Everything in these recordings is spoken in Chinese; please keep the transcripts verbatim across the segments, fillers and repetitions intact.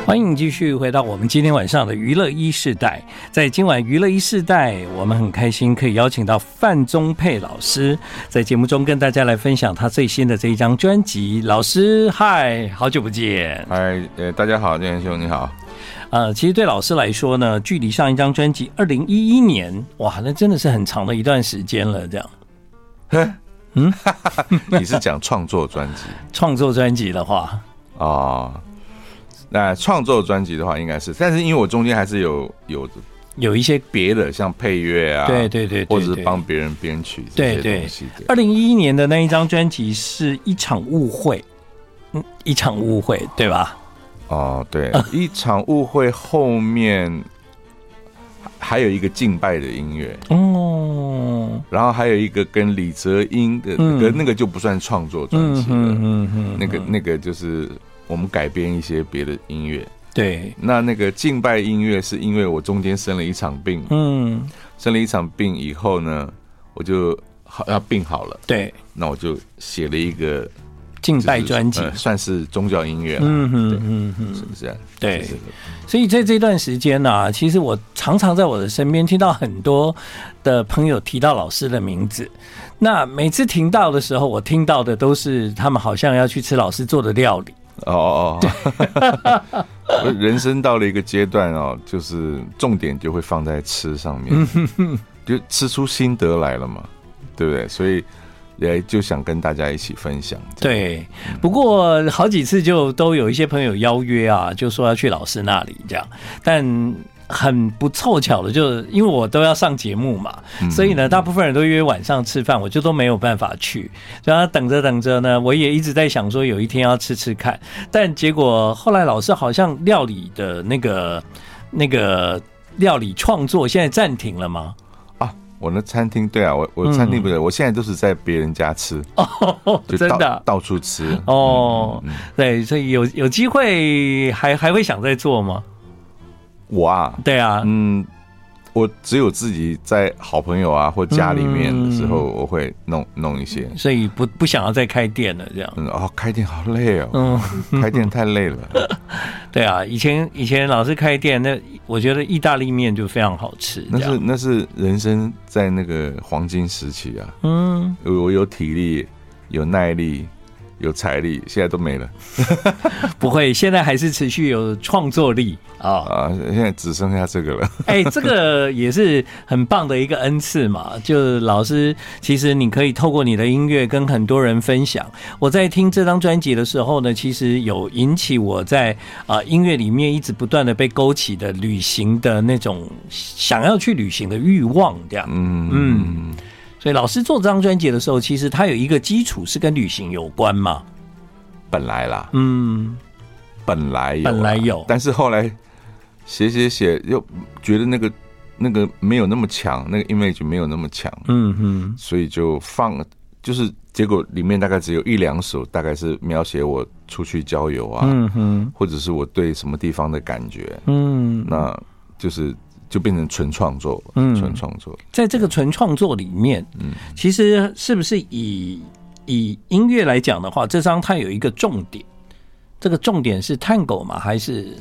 欢迎继续回到我们今天晚上的娱乐一世代。在今晚娱乐一世代，我们很开心可以邀请到范宗沛老师，在节目中跟大家来分享他最新的这一张专辑。老师，嗨，好久不见。 嗨，呃，大家好，建兄你好。 呃，其实对老师来说呢，距离上一张专辑二零一一年，哇，那真的是很长的一段时间了。这样， 嗯，你是讲创作专辑？ 创作专辑的话， 哦。那创作专辑的话，应该是，但是因为我中间还是有有有一些别的，像配乐啊， 对对 对, 对, 对， 或者是帮别人编曲这些东西。 二零一一年的那一张专辑是一场误会，嗯，一场误会，对吧？ 哦，对，一场误会后面还有一个敬拜的音乐哦，然后还有一个跟李泽英的，嗯，那个就不算创作专辑了，嗯嗯嗯，那个那个就是。我们改编一些别的音乐， 对。 那那个敬拜音乐是因为我中间生了一场病，嗯，生了一场病以后呢，我就好要病好了， 对。 那我就写了一个敬拜专辑， 呃，算是宗教音乐， 嗯哼嗯哼， 是不是？ 对。 是所以在这段时间呢，啊，其实我常常在我的身边听到很多的朋友提到老师的名字。那每次听到的时候，我听到的都是他们好像要去吃老师做的料理。 哦哦，人生到了一个阶段哦，就是重点就会放在吃上面，就吃出心得来了嘛，对不对？所以也就想跟大家一起分享。 对，不过好几次就都有一些朋友邀约啊，就说要去老师那里这样，但很不凑巧的，就因为我都要上节目嘛，嗯，所以呢，大部分人都约晚上吃饭，我就都没有办法去。然后等着等着呢，我也一直在想说有一天要吃吃看，但结果后来老师好像料理的那个那个料理创作现在暂停了吗？ 啊，我的餐厅对啊，我我餐厅不是，嗯，我现在都是在别人家吃， 哦，就真的到处吃哦，嗯嗯，对，所以有有机会还还会想再做吗？ 我啊， 对啊， 嗯，我只有自己在好朋友啊或家里面的时候，我会弄弄一些， 所以不不想要再开店了，这样。 嗯，哦，开店好累哦，嗯，开店太累了。 对啊，以前以前老是开店，那我觉得意大利面就非常好吃。 那是那是人生在那个黄金时期啊，嗯，我有体力，有耐力。有财力，现在都没了。 不会，现在还是持续有创作力啊！ 啊，现在只剩下这个了。 哎，这个也是很棒的一个恩赐嘛。就老师，其实你可以透过你的音乐跟很多人分享。我在听这张专辑的时候呢，其实有引起我在啊、呃、音乐里面一直不断的被勾起的旅行的那种想要去旅行的欲望，这样。嗯嗯。所以老师做这张专辑的时候，其实他有一个基础是跟旅行有关嘛。 本来啦， 嗯， 本来有， 本来有， 但是后来写写写，又觉得那个那个没有那么强，那个 image 没有那么强，嗯哼，所以就放，就是结果里面大概只有一两首，大概是描写我出去郊游啊，嗯哼，或者是我对什么地方的感觉，嗯，那就是。就变成纯创作，嗯，纯创作。 在这个纯创作里面，嗯，其实是不是以以音乐来讲的话，这张它有一个重点，这个重点是探戈吗？还是？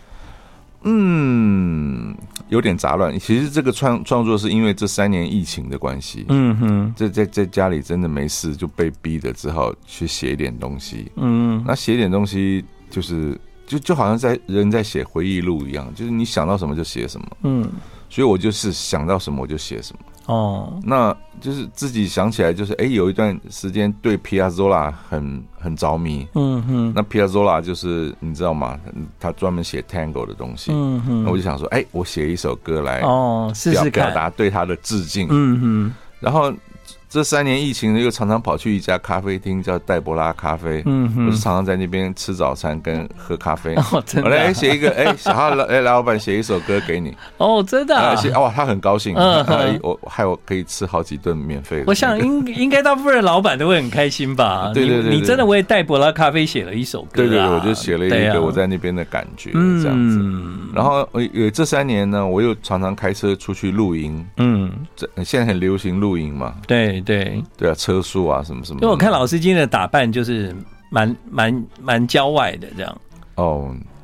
嗯，有点杂乱。其实这个创创作是因为这三年疫情的关系，嗯哼，在在在家里真的没事，就被逼的，只好去写一点东西。嗯，那写一点东西就是。就就好像在人在写回忆录一样，就是你想到什么就写什么，嗯，所以我就是想到什么我就写什么，哦，那就是自己想起来，就是哎、欸，有一段时间对 Piazzolla 很很着迷，嗯哼，那 Piazzolla 就是你知道吗？他专门写 Tango 的东西，嗯哼，那我就想说，哎、欸，我写一首歌来哦，试试看表达对他的致敬，嗯哼，然后。这三年疫情呢，又常常跑去一家咖啡厅叫黛博拉咖啡，嗯，我就常常在那边吃早餐跟喝咖啡。 哦，真的、啊。 我来写一个，哎，小哈老哎老板写一首歌给你。 哦，真的、啊。 写哇，他很高兴，嗯、呃，我害我可以吃好几顿免费的。 我想应应该大部分的老板都会很开心吧？ 对对 对, 对, 对， 你, 你真的为黛博拉咖啡写了一首歌、啊。 对对对，我就写了一个我在那边的感觉，这样子。嗯、然后呃，这三年呢，我又常常开车出去露营。嗯，这现在很流行露营嘛。 对对对啊。车速啊，什么什么？ 因为我看老师今天的打扮就是蛮蛮蛮郊外的这样。 哦，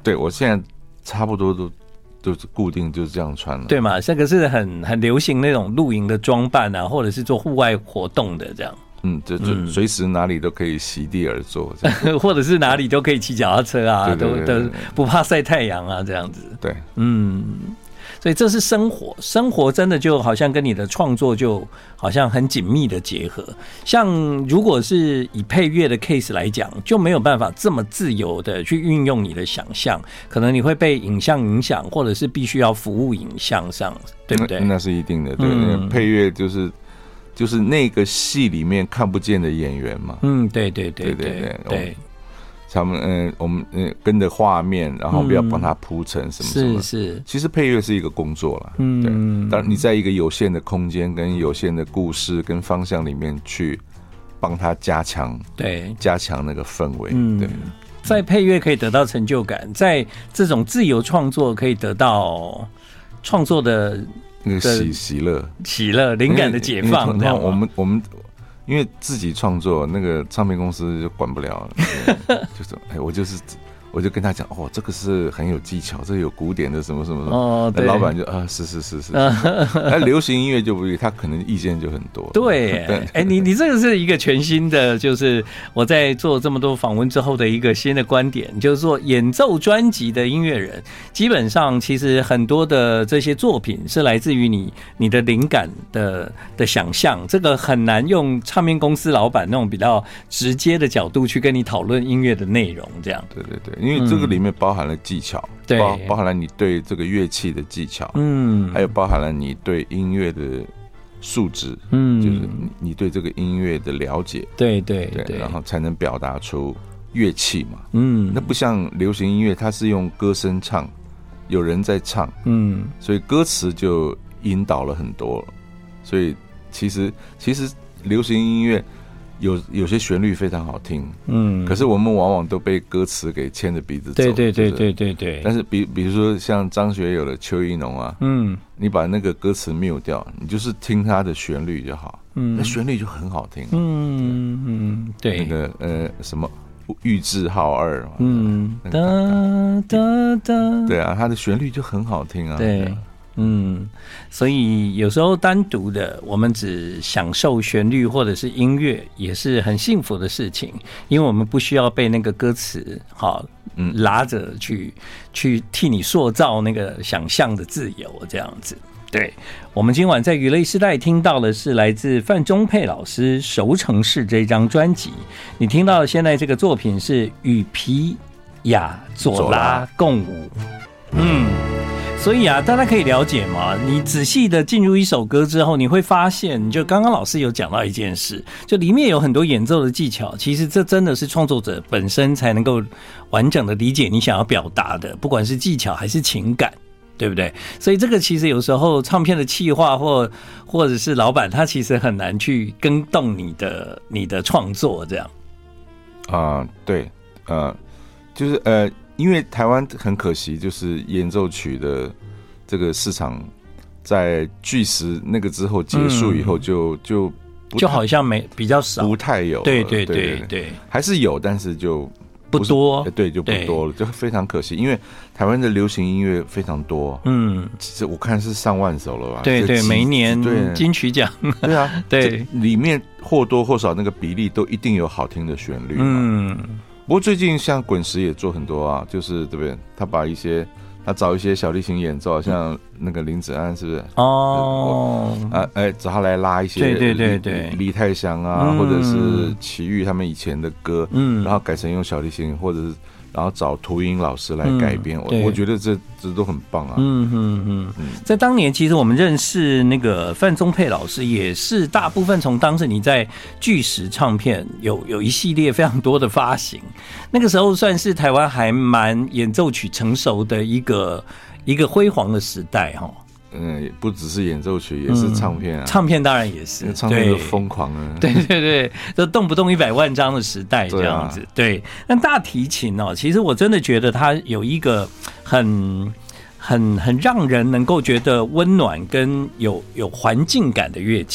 对，我现在差不多都都是固定就是这样穿了， 对嘛？这个是很很流行那种露营的装扮啊，或者是做户外活动的这样。 嗯，就就随时哪里都可以席地而坐， 或者是哪里都可以骑脚踏车啊， 对对对对对， 都都不怕晒太阳啊，这样子。 对， 嗯，所以这是生活，生活真的就好像跟你的创作就好像很紧密的结合。像如果是以配乐的 case 来讲，就没有办法这么自由的去运用你的想象，可能你会被影像影响，或者是必须要服务影像上，对不对？ 那, 那是一定的，对，嗯、那配乐就是。就是那个戏里面看不见的演员嘛， 嗯，对对对对对对对， 他们嗯、呃，我们嗯、呃、跟着画面，然后不要帮他铺陈什么什么， 是是， 其实配乐是一个工作啦，嗯，对，当然你在一个有限的空间、跟有限的故事、跟方向里面去帮他加强， 对， 加强那个氛围， 嗯， 对， 在配乐可以得到成就感，在这种自由创作可以得到创作的。 那个喜喜乐、 喜乐、灵感的解放，这样我们我们因为自己创作，那个唱片公司就管不了，就是哎，我就是。我就跟他讲，哦，这个是很有技巧，这个有古典的什么什么什么。哦，对。老板就啊，是是是是。那流行音乐就不一，他可能意见就很多。 对，哎、欸，你你这个是一个全新的，就是我在做这么多访问之后的一个新的观点，就是说演奏专辑的音乐人，基本上其实很多的这些作品是来自于你你的灵感的的想象，这个很难用唱片公司老板那种比较直接的角度去跟你讨论音乐的内容，这样。 对对对。因为这个里面包含了技巧， 对、嗯， 包包含了你对这个乐器的技巧，嗯，还有包含了你对音乐的素质，嗯，就是你对这个音乐的了解， 对对 对, 对，然后才能表达出乐器嘛，嗯，那不像流行音乐，它是用歌声唱，有人在唱，嗯，所以歌词就引导了很多，所以其实其实流行音乐。有有些旋律非常好听，嗯，可是我们往往都被歌词给牵着鼻子走， 对对对对对对。 但是比比如说像张学友的《邱意浓》啊，嗯，你把那个歌词mute掉，你就是听它的旋律就好，嗯，那旋律就很好听，嗯嗯，对，那个呃什么玉置浩二，嗯，哒哒哒，对啊，它的旋律就很好听啊， 对。嗯，所以有时候单独的，我们只享受旋律或者是音乐，也是很幸福的事情，因为我们不需要被那个歌词好拉着去去替你塑造那个想象的自由，这样子。对，我们今晚在娱乐时代听到的是来自范宗沛老师《熟成式》这张专辑，你听到的现在这个作品是与皮亚佐拉共舞，嗯。所以啊，大家可以了解嘛。你仔细的进入一首歌之后，你会发现，就刚刚老师有讲到一件事，就里面有很多演奏的技巧。其实这真的是创作者本身才能够完整的理解你想要表达的，不管是技巧还是情感，对不对？所以这个其实有时候唱片的企划或或者是老板，他其实很难去更动你的你的创作这样。 啊、呃，对，呃，就是呃。因为台湾很可惜，就是演奏曲的这个市场，在巨石那个之后结束以后就，就、嗯、就就好像没比较少， 不太有了。 对对对 对, 对, 对，还是有，但是就不多。 对，就不多了，就非常可惜。因为台湾的流行音乐非常多，嗯，其实我看是上万首了吧？ 对对，每一年金曲奖， 对啊，对，里面或多或少那个比例都一定有好听的旋律，嗯。不过最近像滚石也做很多啊，就是对不对？他把一些他找一些小提琴演奏，像那个林子安是不是？哦，啊哎，找他来拉一些， 对对对对， 李泰祥啊，嗯、或者是齐豫他们以前的歌，嗯，然后改成用小提琴，或者是然后找涂英老师来改编，嗯、我我觉得这这都很棒啊。 嗯嗯嗯嗯，在当年其实我们认识那个范宗沛老师，也是大部分从当时你在巨石唱片有有一系列非常多的发行，那个时候算是台湾还蛮演奏曲成熟的一个一个辉煌的时代哈。 嗯，不只是演奏曲，也是唱片啊。 嗯、唱片当然也是， 唱片都疯狂啊。 对对对，都动不动一百万张的时代这样子。对,、啊、对，但大提琴哦，其实我真的觉得它有一个很很很让人能够觉得温暖跟有有环境感的乐器。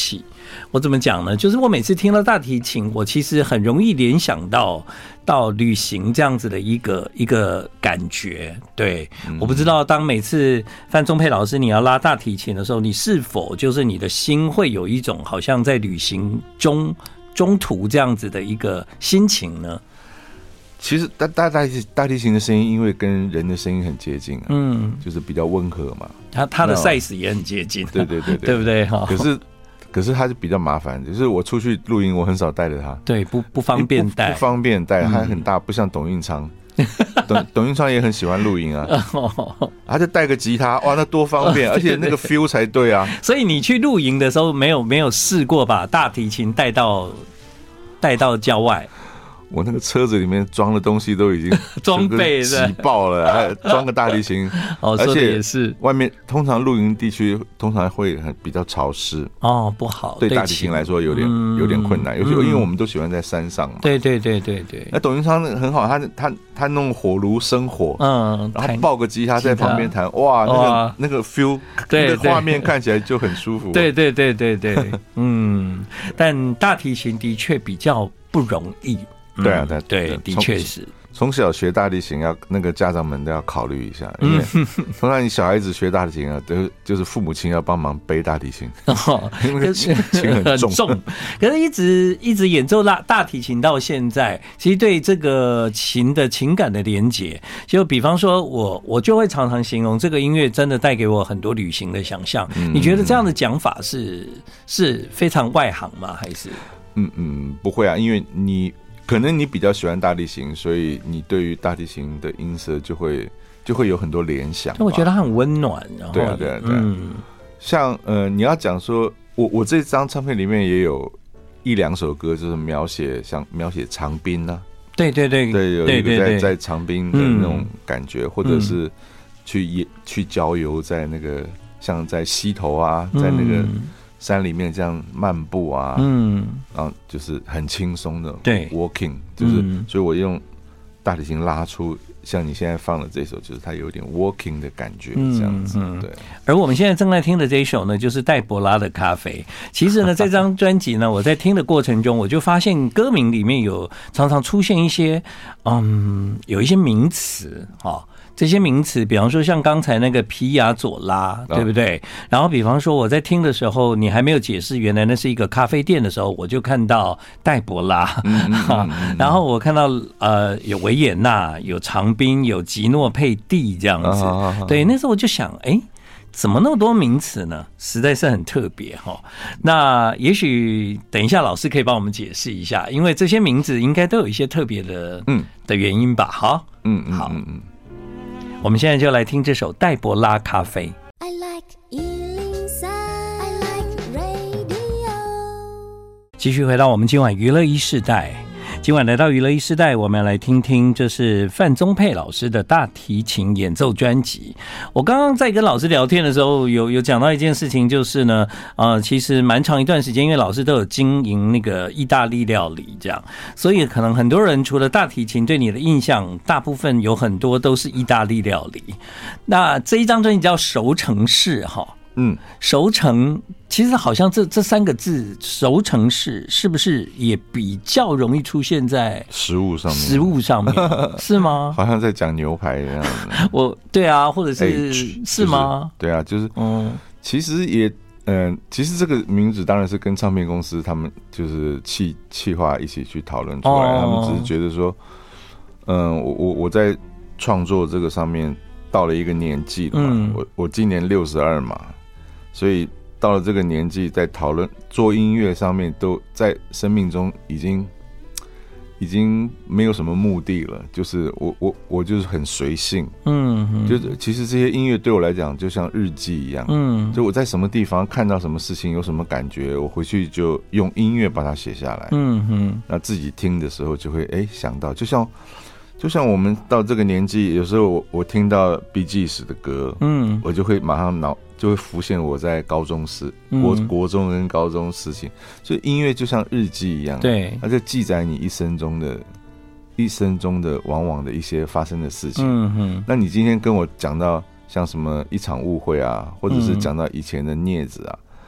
我怎么讲呢？就是我每次听到大提琴，我其实很容易联想到到旅行这样子的一个一个感觉。对，嗯、我不知道当每次范宗沛老师你要拉大提琴的时候，你是否就是你的心会有一种好像在旅行中中途这样子的一个心情呢？ 其实大大大大提琴的声音，因为跟人的声音很接近、啊，嗯，就是比较温和嘛。它它的 size 也很接近， 对对对对， 对不对？哈。 可是可是它是比较麻烦，就是我出去露营，我很少带着它， 对，不不方便带， 不, 不方便带，它很大，不像董运昌。董董运昌也很喜欢露营啊，他就带个吉他，哇，那多方便，而且那个 feel 才对啊。 所以你去露营的时候，没有没有试过把大提琴带到带到郊外？ 我那个车子里面装的东西都已经装备挤爆了，还装个大提琴， 哦，而且也是外面通常露营地区通常会很比较潮湿哦，不好， 对大提琴来说有点、嗯、有点困难，尤其、嗯、因为我们都喜欢在山上嘛。 对对对对对。 那董运昌很好，他他他弄火炉生火，嗯，然后抱个吉他在旁边弹，哇，那个那个 feel， 那个画面看起来就很舒服。 对对对对对，嗯，但大提琴的确比较不容易。 对啊，对对，的确是。 从小学大提琴要那个家长们都要考虑一下，因为通常你小孩子学大提琴啊，都就是父母亲要帮忙背大提琴，哦、因为琴很重。很重可是一直一直演奏大大提琴到现在，其实对这个琴的情感的连结，就比方说我我就会常常形容这个音乐真的带给我很多旅行的想象。嗯、你觉得这样的讲法是是非常外行吗？还是？ 嗯嗯，不会啊，因为你。可能你比较喜欢大提琴，所以你对于大提琴的音色就会就会有很多联想。 我觉得它很温暖，然后对啊对啊对啊。嗯、像呃，你要讲说，我我这张唱片里面也有一两首歌，就是描写像描写长滨啊， 对对对对，有一个在在长滨的那种感觉，嗯、或者是去野去郊游，在那个像在溪头啊，在那个。嗯山里面这样漫步啊，嗯，然后就是很轻松的， 对 ，walking， 就是，嗯、所以我用大提琴拉出像你现在放的这首，就是它有点 walking 的感觉，这样子，嗯嗯、对。 而我们现在正在听的这一首呢，就是戴博拉的咖啡。其实呢，这张专辑呢，我在听的过程中，我就发现歌名里面有常常出现一些，嗯，有一些名词，哈。这些名词，比方说像刚才那个皮亚佐拉，对不对？然后比方说我在听的时候，你还没有解释原来那是一个咖啡店的时候，我就看到戴博拉，嗯嗯嗯嗯、然后我看到呃有维也纳、有长滨、有吉诺佩蒂这样子。啊、对，那时候我就想，哎，怎么那么多名词呢？实在是很特别哈。那也许等一下老师可以帮我们解释一下，因为这些名字应该都有一些特别的嗯的原因吧？好，嗯嗯好嗯嗯。我们现在就来听这首戴博拉咖啡。I like 一零三 I like radio。 继续回到我们今晚娱乐一世代，今晚来到娱乐一世代，我们要来听听这是范宗沛老师的大提琴演奏专辑。我刚刚在跟老师聊天的时候有有讲到一件事情，就是呢呃，其实蛮长一段时间，因为老师都有经营那个意大利料理这样，所以可能很多人除了大提琴对你的印象，大部分有很多都是意大利料理。那这一张专辑叫熟成式哈，嗯，熟成其实好像这这三个字熟成式是不是也比较容易出现在食物上面？ 食物上面是吗？ 好像在讲牛排一样。 我对啊，或者是、欸、是吗、 就是？对啊，就是嗯，其实也嗯、呃，其实这个名字当然是跟唱片公司他们就是企企划一起去讨论出来，哦、他们只是觉得说，嗯、呃，我我我在创作这个上面到了一个年纪了嘛，嗯、我我今年六十二嘛。所以到了这个年纪，在讨论做音乐上面，都在生命中已经已经没有什么目的了。就是我我我就是很随性，嗯，就是其实这些音乐对我来讲就像日记一样，嗯，就我在什么地方看到什么事情，有什么感觉，我回去就用音乐把它写下来，嗯哼，那自己听的时候就会哎想到，就像。就像我们到这个年纪，有时候我我听到 Bee Gees 的歌，嗯，我就会马上脑就会浮现我在高中时、嗯、国国中跟高中时期，所以音乐就像日记一样，对，它就记载你一生中的、一生中的往往的一些发生的事情。嗯哼，那你今天跟我讲到像什么一场误会啊，或者是讲到以前的镊子啊，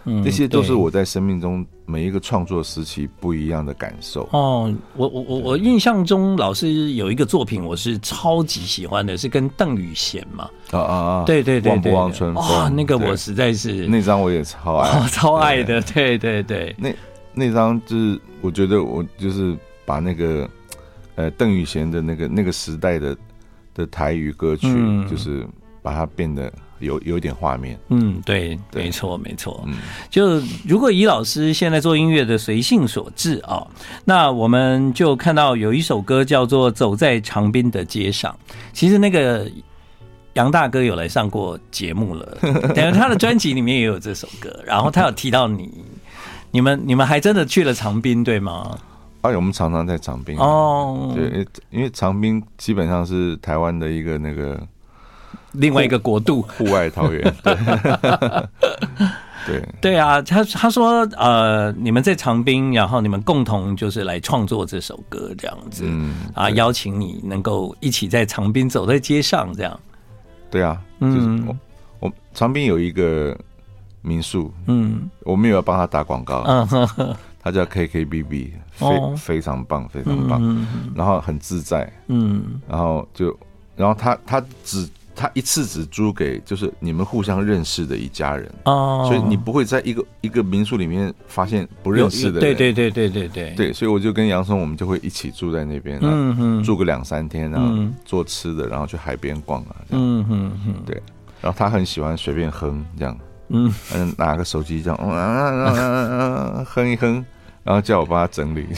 嗯，这些都是我在生命中每一个创作时期不一样的感受。 哦，我我我我印象中老师有一个作品我是超级喜欢的，是跟邓雨贤嘛。 啊啊啊！ 对对对对， 望不望春风？ 哇、哦，那个我实在是那张我也超爱， 哦、超爱的。对对对， 那那张就是我觉得我就是把那个呃邓雨贤的那个那个时代的的台语歌曲，嗯、就是把它变得有有点画面。 嗯，对，对没错没错。嗯，就如果以老师现在做音乐的随性所致啊、哦，那我们就看到有一首歌叫做《走在长滨的街上》，其实那个。杨大哥有来上过节目了，等于他的专辑里面也有这首歌，然后他有提到你，你们你们还真的去了长滨对吗？ 哎，我们常常在长滨哦，对，因为长滨基本上是台湾的一个那个另外一个国度， 户外桃园，对，对对啊，他他说呃，你们在长滨，然后你们共同就是来创作这首歌这样子，嗯啊，邀请你能够一起在长滨走在街上这样。 对啊，就是我，我长滨有一个民宿，嗯，我没有要帮他打广告，嗯呵呵，他叫 K K B B， 非、哦、非常棒，非常棒，嗯嗯，然后很自在，嗯，然后就，然后他他只他一次只租给就是你们互相认识的一家人，哦，所以你不会在一个一个民宿里面发现不认识的人， 对对对对对对对，所以我就跟杨松我们就会一起住在那边，嗯哼，住个两三天，然后做吃的，然后去海边逛啊，这样，嗯哼哼，对，然后他很喜欢随便哼这样，嗯，拿个手机这样，嗯嗯嗯嗯，哼一哼。然后叫我帮他整理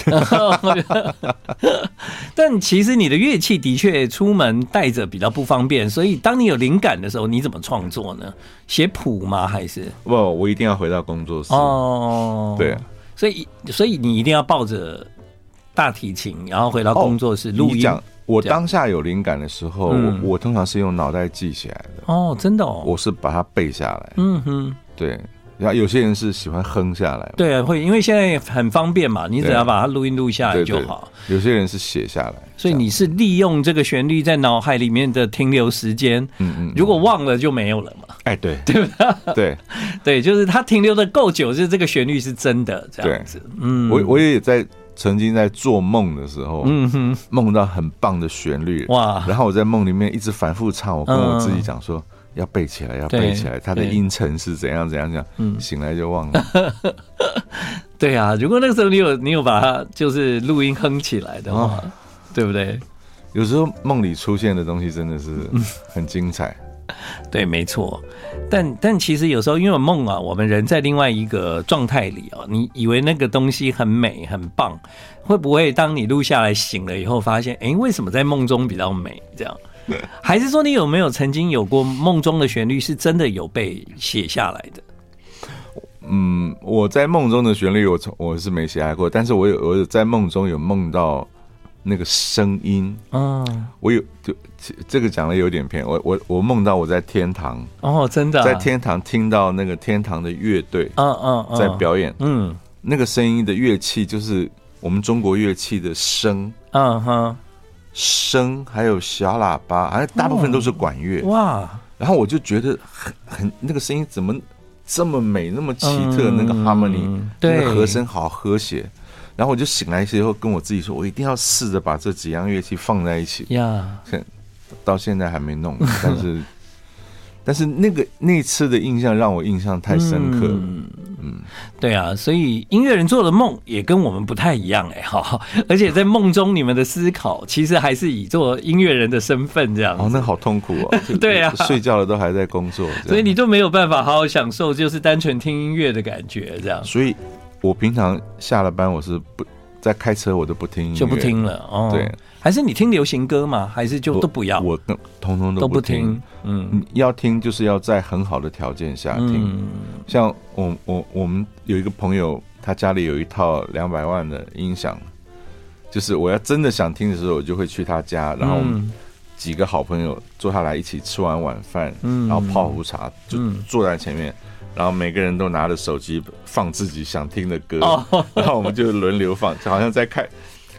但其实你的乐器的确出门带着比较不方便，所以当你有灵感的时候你怎么创作呢？写谱吗？还是不，我一定要回到工作室哦，对， 所以所以你一定要抱着大提琴然后回到工作室录音、哦、 我当下有灵感的时候、嗯、我, 我通常是用脑袋记起来的哦，真的哦， 我是把它背下来，嗯哼，对，然后有些人是喜欢哼下来， 对啊，会，因为现在很方便嘛，你只要把它录音录下来就好。 对对，有些人是写下来， 所以你是利用这个旋律在脑海里面的停留时间，嗯嗯，如果忘了就没有了嘛。 哎，对， 对吧？ 对对，就是它停留的够久，就是这个旋律是真的这样子。嗯， 我我也在曾经在做梦的时候，嗯哼，梦到很棒的旋律，哇，然后我在梦里面一直反复唱，我跟我自己讲说。嗯，要背起来，要背起来，它的音程是怎样怎样怎样，嗯，醒来就忘了。 对啊，如果那个时候你有你有把它就是录音哼起来的话，哦、对不对？ 有时候梦里出现的东西真的是很精彩。 对，没错。但但其实有时候因为梦啊，我们人在另外一个状态里啊，你以为那个东西很美很棒，会不会当你录下来醒了以后，发现哎，为什么在梦中比较美？这样。还是说你有没有曾经有过梦中的旋律是真的有被写下来的？ 嗯，我在梦中的旋律我我是没写下来过，但是我有我有在梦中有梦到那个声音，嗯，我有就这个讲的有点偏，我我我梦到我在天堂哦，真的、啊、 在天堂听到那个天堂的乐队，嗯嗯嗯，在表演，嗯，那个声音的乐器就是我们中国乐器的笙，嗯哼。笙还有小喇叭，好像大部分都是管乐、哦、哇！然后我就觉得很很那个声音怎么这么美，那么奇特，嗯、那个 harmony， 那个和声好和谐。然后我就醒来之后跟我自己说，我一定要试着把这几样乐器放在一起。呀，到现在还没弄，但是但是那个那次的印象让我印象太深刻了。嗯嗯，对啊，所以音乐人做的梦也跟我们不太一样哎、欸、哈，而且在梦中你们的思考其实还是以做音乐人的身份这样子。 哦，那好痛苦哦。对啊，睡觉了都还在工作， 所以你就没有办法好好享受就是单纯听音乐的感觉这样。 所以我平常下了班我是不在开车，我都不听音乐， 就不听了哦。对，还是你听流行歌吗？还是就都不要？ 我通通都不听。嗯，要听就是要在很好的条件下听。嗯、像我我我们有一个朋友，他家里有一套两百万的音响，就是我要真的想听的时候，我就会去他家，然后我们几个好朋友坐下来一起吃完晚饭，嗯、然后泡壶茶，就坐在前面。然后每个人都拿着手机放自己想听的歌，哦、然后我们就轮流放，就好像在看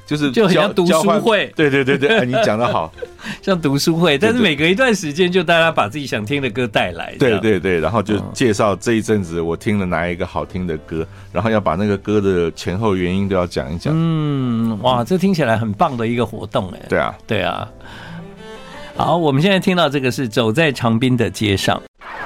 就是就很像读书会， 对对对对，哎、你讲得好， 像读书会，但是每隔一段时间就大家把自己想听的歌带来， 对对对，然后就介绍这一阵子我听了哪一个好听的歌，然后要把那个歌的前后原因都要讲一讲。 嗯，哇，这听起来很棒的一个活动哎。 对啊， 对啊。好，我们现在听到这个是走在长滨的街上。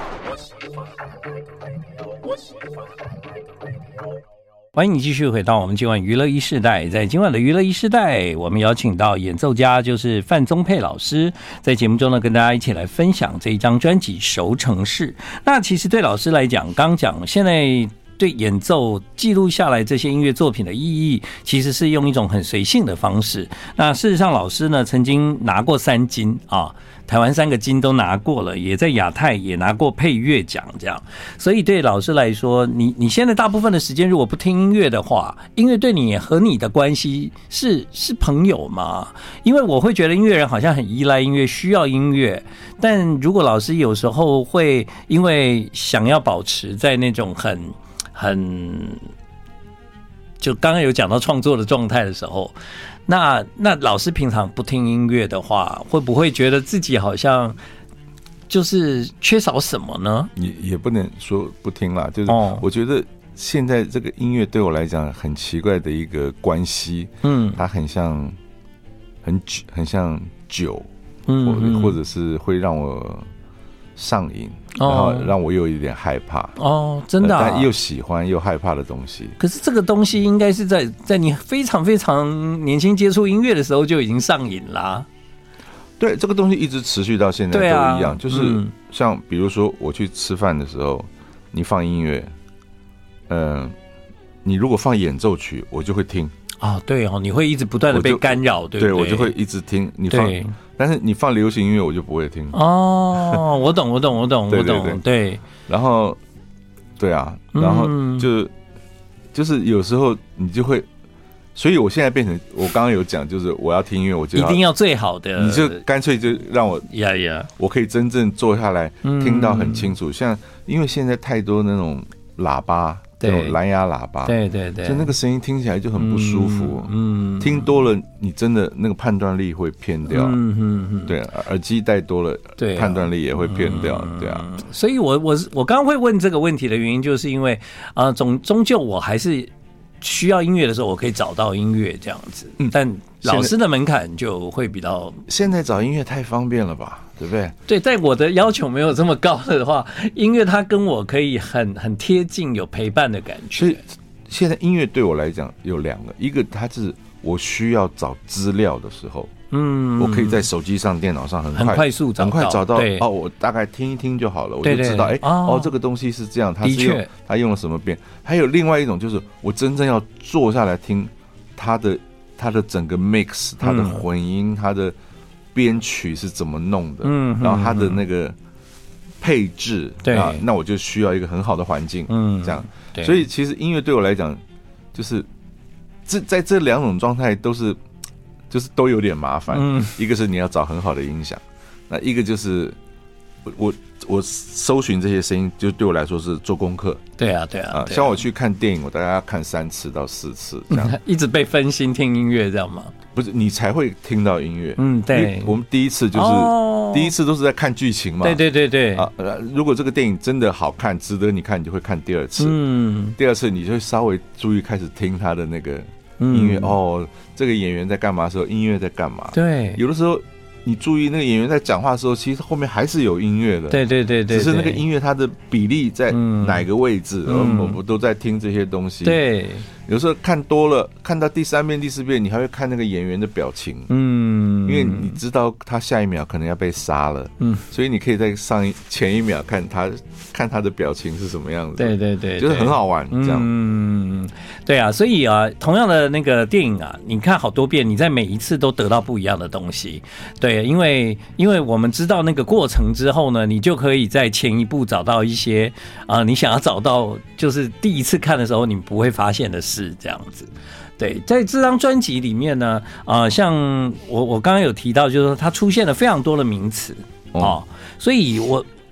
欢迎你继续回到我们今晚娱乐一世代。在今晚的娱乐一世代，我们邀请到演奏家就是范宗沛老师，在节目中呢跟大家一起来分享这一张专辑《熟成式》。那其实对老师来讲，刚讲现在对演奏记录下来这些音乐作品的意义，其实是用一种很随性的方式。那事实上，老师呢曾经拿过三金啊，台湾三个金都拿过了，也在亚太也拿过配乐奖，这样。所以对老师来说，你你现在大部分的时间如果不听音乐的话，音乐对你和你的关系是是朋友吗？因为我会觉得音乐人好像很依赖音乐，需要音乐，但如果老师有时候会因为想要保持在那种很很，就刚刚有讲到创作的状态的时候，那那老师平常不听音乐的话，会不会觉得自己好像就是缺少什么呢？ 也也不能说不听啦，就是我觉得现在这个音乐对我来讲很奇怪的一个关系，嗯，它很像很很像酒，嗯，或者是会让我上瘾，然后让我有一点害怕哦，真的、啊， 但又喜欢又害怕的东西。 可是这个东西应该是在在你非常非常年轻接触音乐的时候就已经上瘾啦、啊。 对，这个东西一直持续到现在都一样，啊、就是像比如说我去吃饭的时候，你放音乐，嗯、呃，你如果放演奏曲，我就会听。 啊，对哦，你会一直不断的被干扰，对不对？ 对，我就会一直听。你放，但是你放流行音乐，我就不会听。 哦，我懂，我懂，我懂，我懂，对。 然后，对啊，然后就、嗯、就是有时候你就会，所以我现在变成我刚刚有讲，就是我要听音乐，我就一定要最好的， 你就干脆就让我呀呀， 我可以真正坐下来听到很清楚。嗯、像因为现在太多那种喇叭。这种蓝牙喇叭， 对对对， 就那个声音听起来就很不舒服，嗯，嗯听多了你真的那个判断力会偏掉，嗯嗯嗯，对，耳机戴多了，对、啊，判断力也会偏掉，嗯、对啊。 所以我我我刚刚会问这个问题的原因，就是因为啊、呃，终终究我还是需要音乐的时候，我可以找到音乐这样子，嗯，但老师的门槛就会比较， 现在找音乐太方便了吧？对不对？ 对，在我的要求没有这么高的话，音乐它跟我可以很很贴近，有陪伴的感觉。 所以现在音乐对我来讲有两个，一个它是我需要找资料的时候，嗯，我可以在手机上、电脑上很快、 很快速找到， 很快找到哦，我大概听一听就好了，我就知道，哎，哦，这个东西是这样，它是用它用了什么编。还有另外一种就是我真正要坐下来听它的它的整个 mix， 它的混音，它的编曲是怎么弄的，嗯，然后它的那个配置，对啊，那我就需要一个很好的环境，嗯，这样，所以其实音乐对我来讲，就是这在这两种状态都是，就是都有点麻烦，嗯，一个是你要找很好的音响，那一个就是我我我搜寻这些声音，就对我来说是做功课， 对啊，对啊， 啊，像我去看电影，我大概要看三次到四次，这样一直被分心听音乐，这样吗？ 不是，你才会听到音乐。嗯， 对。 我们第一次就是、哦、第一次都是在看剧情嘛。 对对对对。啊， 如果这个电影真的好看，值得你看，你就会看第二次。嗯。第二次你就会稍微注意开始听他的那个音乐、嗯、哦，这个演员在干嘛的时候，音乐在干嘛？ 对。 有的时候你注意那个演员在讲话的时候，其实后面还是有音乐的。 对对对 对, 对。 只是那个音乐它的比例在哪个位置，嗯、我们都在听这些东西。 对。 有时候看多了，看到第三遍、第四遍，你还会看那个演员的表情，嗯，因为你知道他下一秒可能要被杀了，嗯，所以你可以在上一前一秒看他看他的表情是什么样子， 对对 对, 对， 就是很好玩，这样， 嗯，对啊，所以啊，同样的那个电影啊，你看好多遍，你在每一次都得到不一样的东西，对，因为因为我们知道那个过程之后呢，你就可以在前一步找到一些啊、呃，你想要找到就是第一次看的时候你不会发现的事。是这样子，对，在这张专辑里面呢，呃，像我我刚刚有提到，就是说它出现了非常多的名词哦，所以我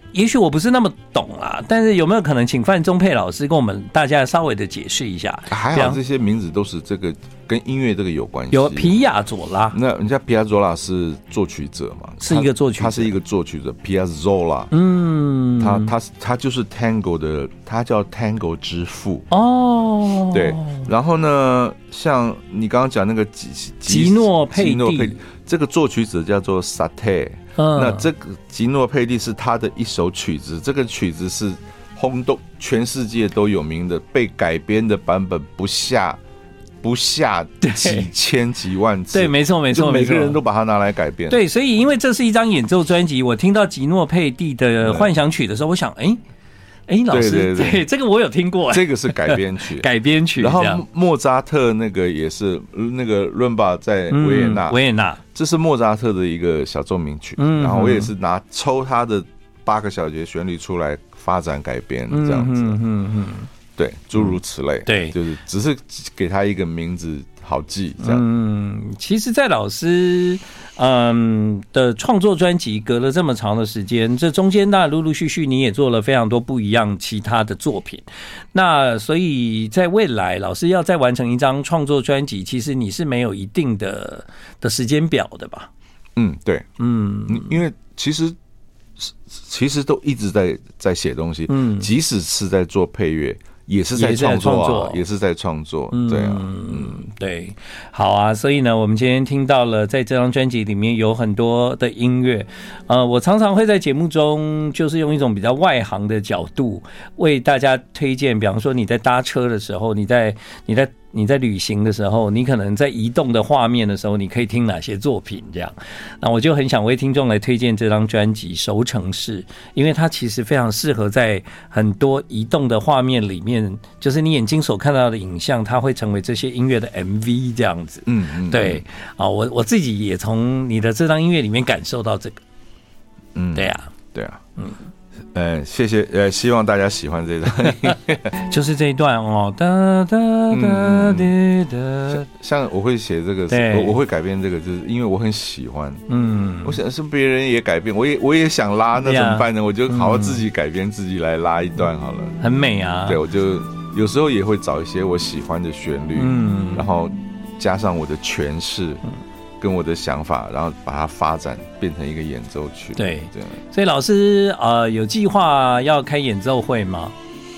也许我不是那么懂啦，但是有没有可能请范宗沛老师跟我们大家稍微的解释一下？ 还好这些名字都是这个跟音乐这个有关系。 有皮亚佐拉， 那人家皮亚佐拉是作曲者嘛， 是一个作曲者， 他是一个作曲者，皮亚佐拉， 嗯， 他他他就是 Tango 的，他叫 Tango 之父哦。 对，然后呢，像你刚刚讲那个吉吉诺佩蒂， 这个作曲者叫做 Satie。嗯、那这个吉诺佩蒂是他的一首曲子，这个曲子是轰动全世界都有名的，被改编的版本不下不下几千几万次。 对，没错没错， 每个人都把它拿来改编。 对，所以因为这是一张演奏专辑，我听到吉诺佩蒂的幻想曲的时候，我想，哎、欸。哎、欸，老师，对, 对, 对, 对，这个我有听过， 这个是改编曲， 改编曲。 然后莫扎特那个也是那个伦巴在维也纳， 维也纳， 这是莫扎特的一个小奏鸣曲。嗯，然后我也是拿抽他的八个小节旋律出来发展改编，这样子。嗯嗯嗯，对，诸如此类。对，就是只是给他一个名字好记，这样。 嗯，其实，在老师。嗯的创作专辑隔了这么长的时间，这中间当然陆陆续续你也做了非常多不一样其他的作品，那所以在未来老师要再完成一张创作专辑，其实你是没有一定的的时间表的吧？ 嗯，对，嗯，因为其实其实都一直在在写东西，嗯，即使是在做配乐。也是在创作、啊，也是在创作，对啊，嗯， 对，好啊，所以呢，我们今天听到了，在这张专辑里面有很多的音乐，呃，我常常会在节目中就是用一种比较外行的角度为大家推荐，比方说你在搭车的时候，你在你在你在旅行的时候，你可能在移动的画面的时候，你可以听哪些作品？这样，那我就很想为听众来推荐这张专辑《熟成式》，因为它其实非常适合在很多移动的画面里面，就是你眼睛所看到的影像，它会成为这些音乐的 M V 这样子。嗯嗯，对啊，我我自己也从你的这张音乐里面感受到这个。嗯，对啊， 对啊，嗯。呃，谢谢，呃，希望大家喜欢这一段， 就是这一段哦，哒哒哒滴哒。 像我会写这个，我我会改编这个，就是因为我很喜欢，嗯，我想是别人也改编，我也我也想拉，那怎么办呢？我就好好自己改编，自己来拉一段好了， 很美啊。 对，我就有时候也会找一些我喜欢的旋律，嗯，然后加上我的诠释。跟我的想法，然后把它发展变成一个演奏曲。 对，对。所以老师呃有计划要开演奏会吗？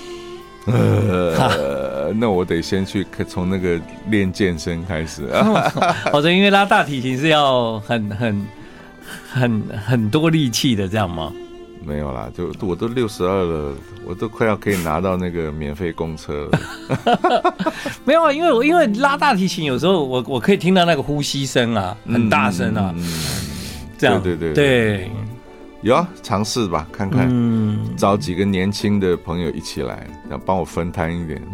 呃，那我得先去从那个练健身开始。 哦，对，因为拉大提琴是要很很很很多力气的，这样吗？ 没有啦，就我都六十二了，我都快要可以拿到那个免费公车了。 没有啊，因为我因为拉大提琴有时候我我可以听到那个呼吸声啊，很大声啊，嗯、这样对对对 对, 对， 有啊，尝试吧，看看，嗯、找几个年轻的朋友一起来，然后帮我分摊一点。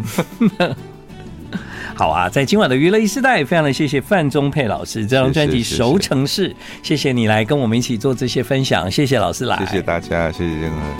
好啊，在今晚的娱乐一时代，非常的谢谢范宗沛老师这张专辑《熟成式》，谢谢你来跟我们一起做这些分享，谢谢老师来， 谢谢大家，谢谢任何。